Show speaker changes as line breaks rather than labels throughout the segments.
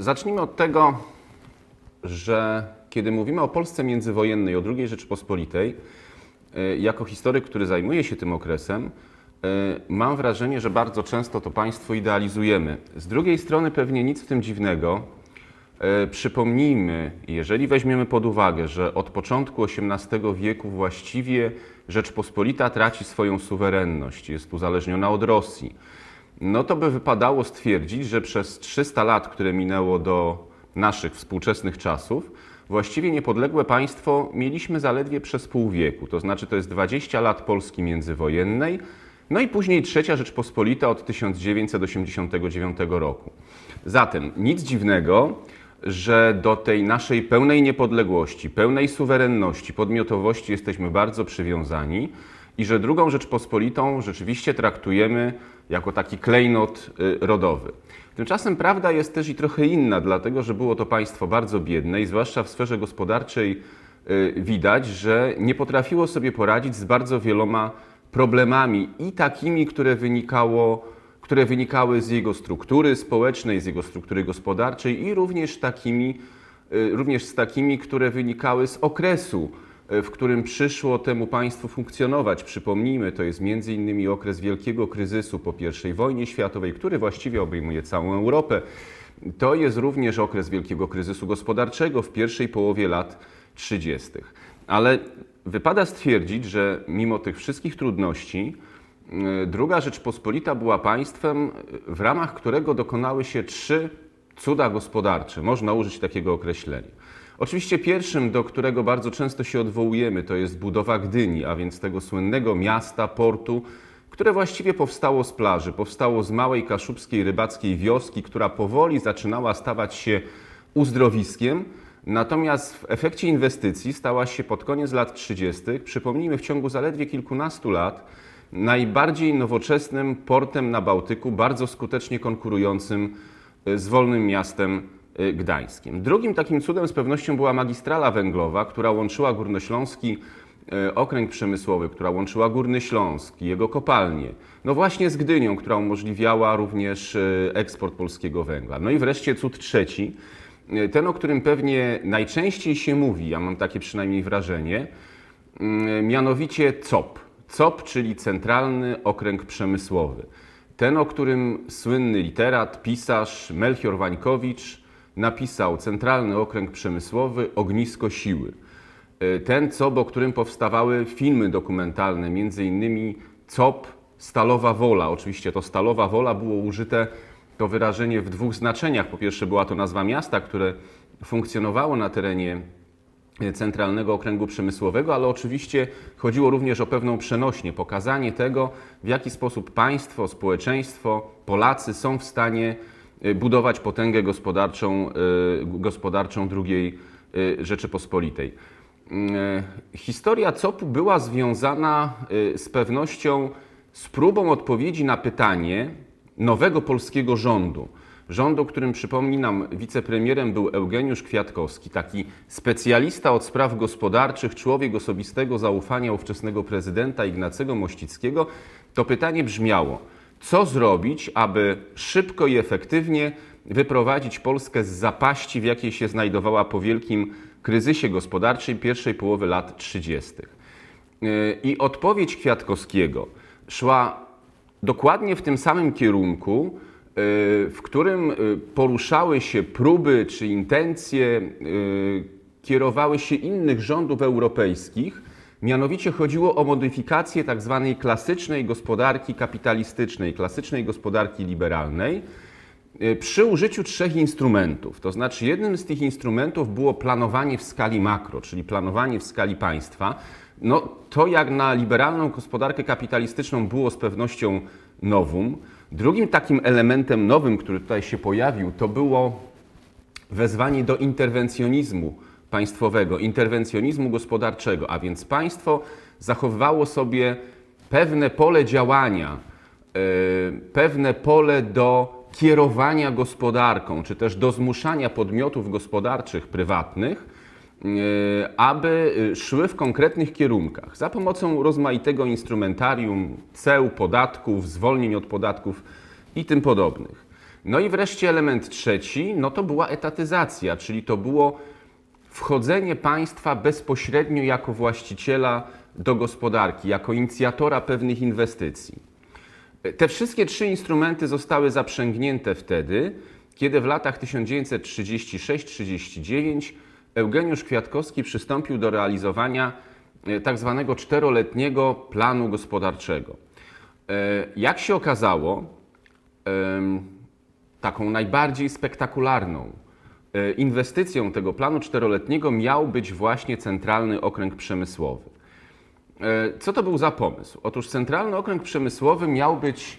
Zacznijmy od tego, że kiedy mówimy o Polsce międzywojennej, o II Rzeczypospolitej, jako historyk, który zajmuje się tym okresem, mam wrażenie, że bardzo często to państwo idealizujemy. Z drugiej strony pewnie nic w tym dziwnego. Przypomnijmy, jeżeli weźmiemy pod uwagę, że od początku XVIII wieku właściwie Rzeczpospolita traci swoją suwerenność, jest uzależniona od Rosji, no to by wypadało stwierdzić, że przez 300 lat, które minęło do naszych współczesnych czasów, właściwie niepodległe państwo mieliśmy zaledwie przez pół wieku, to znaczy to jest 20 lat Polski międzywojennej, no i później III Rzeczpospolita od 1989 roku. Zatem nic dziwnego, że do tej naszej pełnej niepodległości, pełnej suwerenności, podmiotowości jesteśmy bardzo przywiązani i że II Rzeczpospolitą rzeczywiście traktujemy jako taki klejnot rodowy. Tymczasem prawda jest też i trochę inna, dlatego że było to państwo bardzo biedne i zwłaszcza w sferze gospodarczej widać, że nie potrafiło sobie poradzić z bardzo wieloma problemami i takimi, które wynikały z jego struktury społecznej, z jego struktury gospodarczej i również z takimi, które wynikały z okresu, w którym przyszło temu państwu funkcjonować. Przypomnijmy, to jest m.in. okres wielkiego kryzysu po I wojnie światowej, który właściwie obejmuje całą Europę. To jest również okres wielkiego kryzysu gospodarczego w pierwszej połowie lat 30. Ale wypada stwierdzić, że mimo tych wszystkich trudności II Rzeczpospolita była państwem, w ramach którego dokonały się 3 cuda gospodarcze. Można użyć takiego określenia. Oczywiście pierwszym, do którego bardzo często się odwołujemy, to jest budowa Gdyni, a więc tego słynnego miasta, portu, które właściwie powstało z plaży, powstało z małej kaszubskiej rybackiej wioski, która powoli zaczynała stawać się uzdrowiskiem, natomiast w efekcie inwestycji stała się pod koniec lat 30., przypomnijmy, w ciągu zaledwie kilkunastu lat, najbardziej nowoczesnym portem na Bałtyku, bardzo skutecznie konkurującym z wolnym miastem Gdańskiem. Drugim takim cudem z pewnością była magistrala węglowa, która łączyła Górnośląski okręg przemysłowy, która łączyła Górny Śląsk i jego kopalnie, no właśnie z Gdynią, która umożliwiała również eksport polskiego węgla. No i wreszcie cud trzeci, ten, o którym pewnie najczęściej się mówi, ja mam takie przynajmniej wrażenie, mianowicie COP. COP, czyli Centralny Okręg Przemysłowy. Ten, o którym słynny literat, pisarz Melchior Wańkowicz napisał Centralny Okręg Przemysłowy, ognisko siły. Ten COP, o którym powstawały filmy dokumentalne, między innymi COP Stalowa Wola. Oczywiście to Stalowa Wola było użyte, to wyrażenie, w 2 znaczeniach. Po pierwsze była to nazwa miasta, które funkcjonowało na terenie Centralnego Okręgu Przemysłowego, ale oczywiście chodziło również o pewną przenośnię, pokazanie tego, w jaki sposób państwo, społeczeństwo, Polacy są w stanie budować potęgę gospodarczą II Rzeczypospolitej. Historia COP-u była związana z pewnością z próbą odpowiedzi na pytanie nowego polskiego rządu, którym, przypomnę, wicepremierem był Eugeniusz Kwiatkowski, taki specjalista od spraw gospodarczych, człowiek osobistego zaufania ówczesnego prezydenta Ignacego Mościckiego. To pytanie brzmiało: co zrobić, aby szybko i efektywnie wyprowadzić Polskę z zapaści, w jakiej się znajdowała po wielkim kryzysie gospodarczym pierwszej połowy lat 30. I odpowiedź Kwiatkowskiego szła dokładnie w tym samym kierunku, w którym poruszały się próby czy intencje, kierowały się innych rządów europejskich. Mianowicie chodziło o modyfikację tak zwanej klasycznej gospodarki kapitalistycznej, klasycznej gospodarki liberalnej przy użyciu 3 instrumentów. To znaczy jednym z tych instrumentów było planowanie w skali makro, czyli planowanie w skali państwa. No, to jak na liberalną gospodarkę kapitalistyczną było z pewnością novum. Drugim takim elementem nowym, który tutaj się pojawił, to było wezwanie do interwencjonizmu państwowego, interwencjonizmu gospodarczego, a więc państwo zachowywało sobie pewne pole działania, pewne pole do kierowania gospodarką, czy też do zmuszania podmiotów gospodarczych prywatnych, aby szły w konkretnych kierunkach za pomocą rozmaitego instrumentarium, ceł, podatków, zwolnień od podatków i tym podobnych. No i wreszcie element trzeci, no to była etatyzacja, czyli to było wchodzenie państwa bezpośrednio jako właściciela do gospodarki, jako inicjatora pewnych inwestycji. Te wszystkie trzy instrumenty zostały zaprzęgnięte wtedy, kiedy w latach 1936-39 Eugeniusz Kwiatkowski przystąpił do realizowania tak zwanego 4-letniego planu gospodarczego. Jak się okazało, taką najbardziej spektakularną inwestycją tego planu 4-letniego miał być właśnie Centralny Okręg Przemysłowy. Co to był za pomysł? Otóż Centralny Okręg Przemysłowy miał być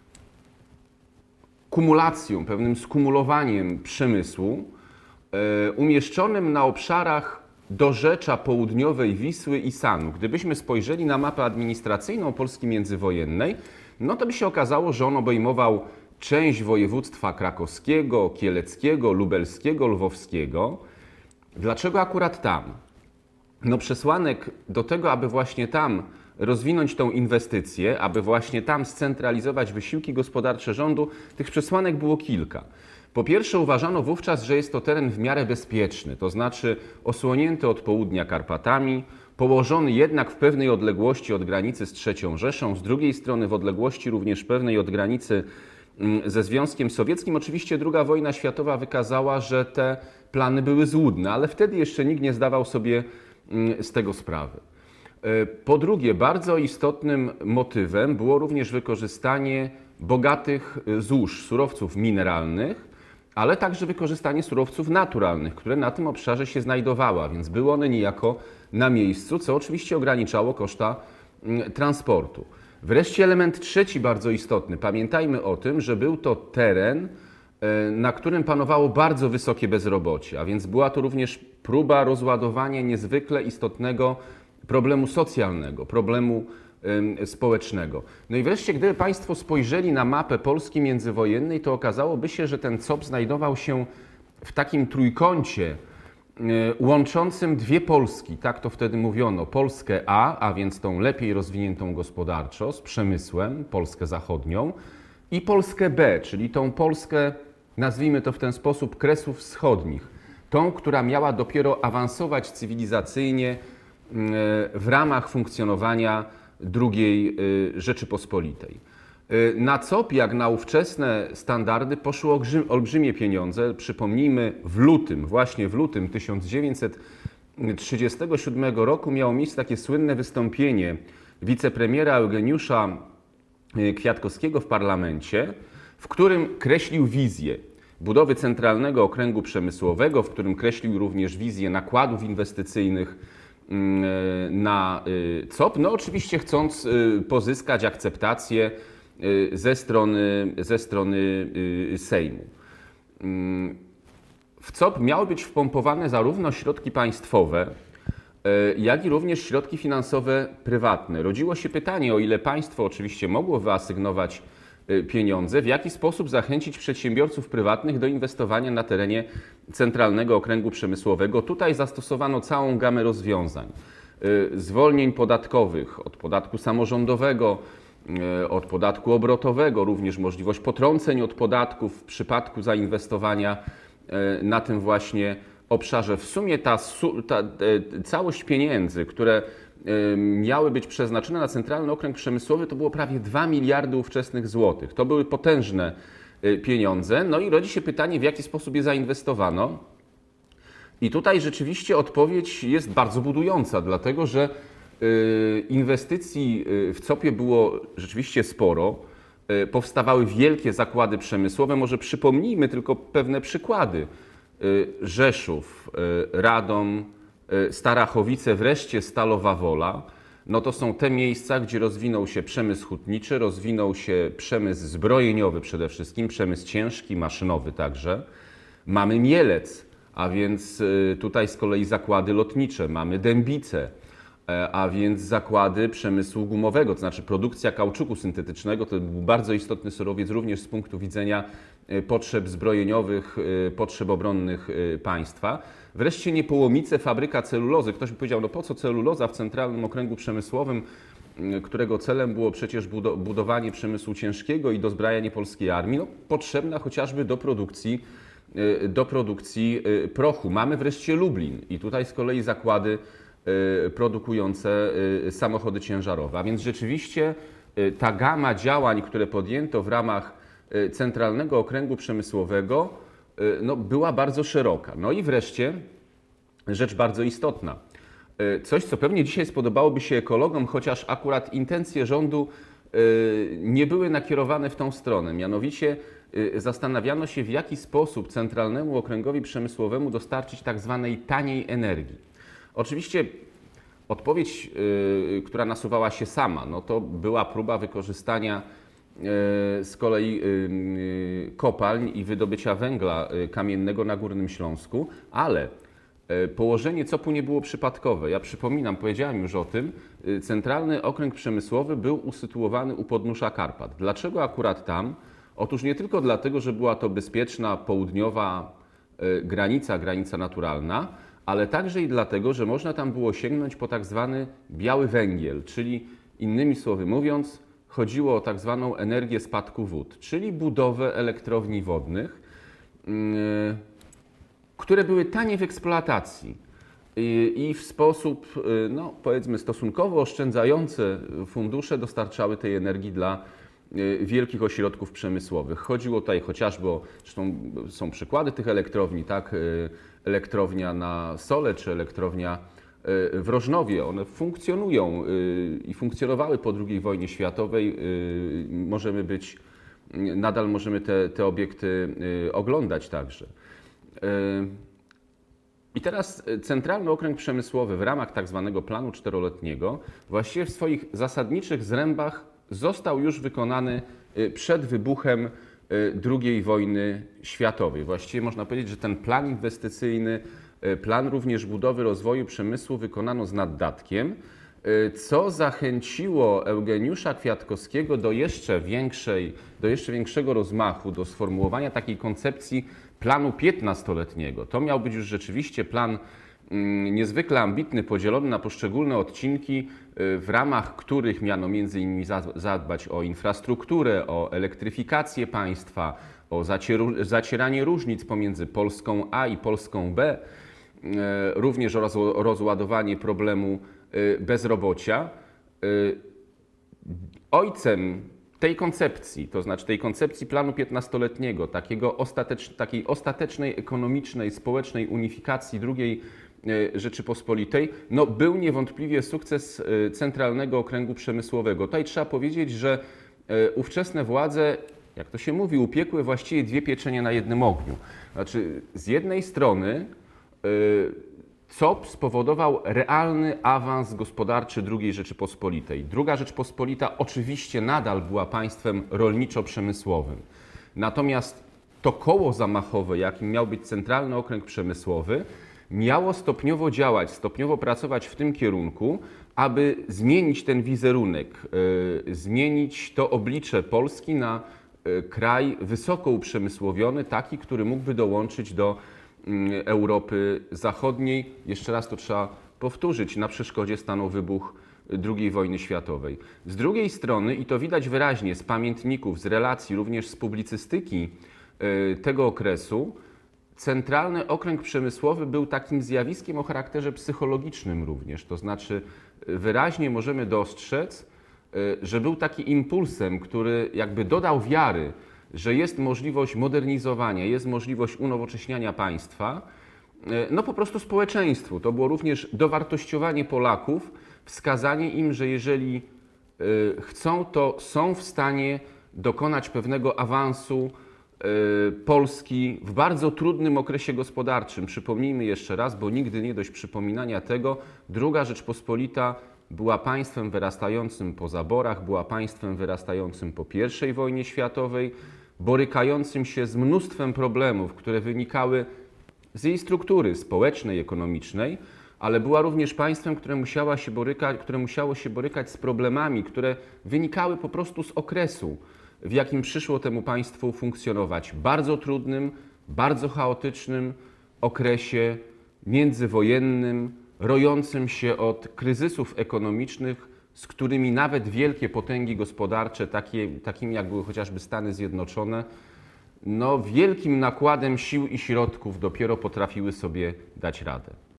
kumulacją, pewnym skumulowaniem przemysłu umieszczonym na obszarach dorzecza południowej Wisły i Sanu. Gdybyśmy spojrzeli na mapę administracyjną Polski międzywojennej, no to by się okazało, że on obejmował część województwa krakowskiego, kieleckiego, lubelskiego, lwowskiego. Dlaczego akurat tam? No przesłanek do tego, aby właśnie tam rozwinąć tą inwestycję, aby właśnie tam scentralizować wysiłki gospodarcze rządu, tych przesłanek było kilka. Po pierwsze uważano wówczas, że jest to teren w miarę bezpieczny, to znaczy osłonięty od południa Karpatami, położony jednak w pewnej odległości od granicy z III Rzeszą, z drugiej strony w odległości również pewnej od granicy ze Związkiem Sowieckim. Oczywiście II wojna światowa wykazała, że te plany były złudne, ale wtedy jeszcze nikt nie zdawał sobie z tego sprawy. Po drugie, bardzo istotnym motywem było również wykorzystanie bogatych złóż, surowców mineralnych, ale także wykorzystanie surowców naturalnych, które na tym obszarze się znajdowały, a więc były one niejako na miejscu, co oczywiście ograniczało koszta transportu. Wreszcie element trzeci bardzo istotny. Pamiętajmy o tym, że był to teren, na którym panowało bardzo wysokie bezrobocie, a więc była to również próba rozładowania niezwykle istotnego problemu socjalnego, problemu społecznego. No i wreszcie, gdyby Państwo spojrzeli na mapę Polski międzywojennej, to okazałoby się, że ten COP znajdował się w takim trójkącie łączącym dwie Polski, tak to wtedy mówiono, Polskę a więc tą lepiej rozwiniętą gospodarczo, z przemysłem, Polskę zachodnią, i Polskę B, czyli tą Polskę, nazwijmy to w ten sposób, Kresów Wschodnich, tą, która miała dopiero awansować cywilizacyjnie w ramach funkcjonowania II Rzeczypospolitej. Na COP, jak na ówczesne standardy, poszły olbrzymie pieniądze. Przypomnijmy, właśnie w lutym 1937 roku miało miejsce takie słynne wystąpienie wicepremiera Eugeniusza Kwiatkowskiego w parlamencie, w którym kreślił wizję budowy Centralnego Okręgu Przemysłowego, w którym kreślił również wizję nakładów inwestycyjnych na COP, no oczywiście chcąc pozyskać akceptację ze strony Sejmu. W COP miały być wpompowane zarówno środki państwowe, jak i również środki finansowe prywatne. Rodziło się pytanie, o ile państwo oczywiście mogło wyasygnować pieniądze, w jaki sposób zachęcić przedsiębiorców prywatnych do inwestowania na terenie Centralnego Okręgu Przemysłowego. Tutaj zastosowano całą gamę rozwiązań. Zwolnień podatkowych, od podatku samorządowego, od podatku obrotowego, również możliwość potrąceń od podatków w przypadku zainwestowania na tym właśnie obszarze. W sumie ta całość pieniędzy, które miały być przeznaczone na Centralny Okręg Przemysłowy, to było prawie 2 miliardy ówczesnych złotych. To były potężne pieniądze. No i rodzi się pytanie, w jaki sposób je zainwestowano. I tutaj rzeczywiście odpowiedź jest bardzo budująca, dlatego że inwestycji w COP-ie było rzeczywiście sporo. Powstawały wielkie zakłady przemysłowe. Może przypomnijmy tylko pewne przykłady. Rzeszów, Radom, Starachowice, wreszcie Stalowa Wola. No to są te miejsca, gdzie rozwinął się przemysł hutniczy, rozwinął się przemysł zbrojeniowy przede wszystkim, przemysł ciężki, maszynowy także. Mamy Mielec, a więc tutaj z kolei zakłady lotnicze. Mamy Dębice, a więc zakłady przemysłu gumowego, to znaczy produkcja kauczuku syntetycznego. To był bardzo istotny surowiec również z punktu widzenia potrzeb zbrojeniowych, potrzeb obronnych państwa. Wreszcie Niepołomice, fabryka celulozy. Ktoś by powiedział, no po co celuloza w Centralnym Okręgu Przemysłowym? którego celem było przecież budowanie przemysłu ciężkiego i dozbrajanie polskiej armii, no, potrzebna chociażby do produkcji prochu. Mamy wreszcie Lublin i tutaj z kolei zakłady produkujące samochody ciężarowe. A więc rzeczywiście ta gama działań, które podjęto w ramach Centralnego Okręgu Przemysłowego, no, była bardzo szeroka. No i wreszcie rzecz bardzo istotna. Coś, co pewnie dzisiaj spodobałoby się ekologom, chociaż akurat intencje rządu nie były nakierowane w tą stronę. Mianowicie zastanawiano się, w jaki sposób Centralnemu Okręgowi Przemysłowemu dostarczyć tak zwanej taniej energii. Oczywiście odpowiedź, która nasuwała się sama, no to była próba wykorzystania z kolei kopalń i wydobycia węgla kamiennego na Górnym Śląsku, ale położenie COP-u nie było przypadkowe. Ja przypominam, powiedziałem już o tym, Centralny Okręg Przemysłowy był usytuowany u podnóża Karpat. Dlaczego akurat tam? Otóż nie tylko dlatego, że była to bezpieczna południowa granica naturalna, ale także i dlatego, że można tam było sięgnąć po tak zwany biały węgiel, czyli innymi słowy mówiąc, chodziło o tak zwaną energię spadku wód, czyli budowę elektrowni wodnych, które były tanie w eksploatacji i w sposób, no, powiedzmy, stosunkowo oszczędzający fundusze dostarczały tej energii dla wielkich ośrodków przemysłowych. Chodziło tutaj chociażby o, zresztą są przykłady tych elektrowni, tak, elektrownia na Sole czy elektrownia w Rożnowie. One funkcjonują i funkcjonowały po II wojnie światowej. Nadal możemy te obiekty oglądać także. I teraz Centralny Okręg Przemysłowy w ramach tak zwanego planu czteroletniego właściwie w swoich zasadniczych zrębach został już wykonany przed wybuchem II wojny światowej. Właściwie można powiedzieć, że ten plan inwestycyjny, plan również budowy rozwoju przemysłu wykonano z naddatkiem, co zachęciło Eugeniusza Kwiatkowskiego do jeszcze większego rozmachu, do sformułowania takiej koncepcji planu 15-letniego. To miał być już rzeczywiście plan niezwykle ambitny, podzielony na poszczególne odcinki, w ramach których miano między innymi zadbać o infrastrukturę, o elektryfikację państwa, o zacieranie różnic pomiędzy Polską A i Polską B, również o rozładowanie problemu bezrobocia. Ojcem tej koncepcji, to znaczy tej koncepcji planu 15-letniego, takiej ostatecznej ekonomicznej, społecznej unifikacji II Rzeczypospolitej, no, był niewątpliwie sukces Centralnego Okręgu Przemysłowego. Tutaj trzeba powiedzieć, że ówczesne władze, jak to się mówi, upiekły właściwie dwie pieczenie na jednym ogniu. Znaczy, z jednej strony COP spowodował realny awans gospodarczy II Rzeczypospolitej. II Rzeczpospolita oczywiście nadal była państwem rolniczo-przemysłowym. Natomiast to koło zamachowe, jakim miał być Centralny Okręg Przemysłowy, miało stopniowo działać, stopniowo pracować w tym kierunku, aby zmienić ten wizerunek, zmienić to oblicze Polski na kraj wysoko uprzemysłowiony, taki, który mógłby dołączyć do Europy Zachodniej. Jeszcze raz to trzeba powtórzyć, na przeszkodzie stanął wybuch II wojny światowej. Z drugiej strony, i to widać wyraźnie z pamiętników, z relacji, również z publicystyki tego okresu, Centralny Okręg Przemysłowy był takim zjawiskiem o charakterze psychologicznym również. To znaczy wyraźnie możemy dostrzec, że był taki impulsem, który jakby dodał wiary, że jest możliwość modernizowania, jest możliwość unowocześniania państwa, no po prostu społeczeństwu. To było również dowartościowanie Polaków, wskazanie im, że jeżeli chcą, to są w stanie dokonać pewnego awansu Polski w bardzo trudnym okresie gospodarczym. Przypomnijmy jeszcze raz, bo nigdy nie dość przypominania tego, II Rzeczpospolita była państwem wyrastającym po zaborach, była państwem wyrastającym po I wojnie światowej, borykającym się z mnóstwem problemów, które wynikały z jej struktury społecznej, ekonomicznej, ale była również państwem, które musiało się borykać z problemami, które wynikały po prostu z okresu, w jakim przyszło temu państwu funkcjonować. Bardzo trudnym, bardzo chaotycznym okresie międzywojennym, rojącym się od kryzysów ekonomicznych, z którymi nawet wielkie potęgi gospodarcze, takimi jak były chociażby Stany Zjednoczone, no wielkim nakładem sił i środków dopiero potrafiły sobie dać radę.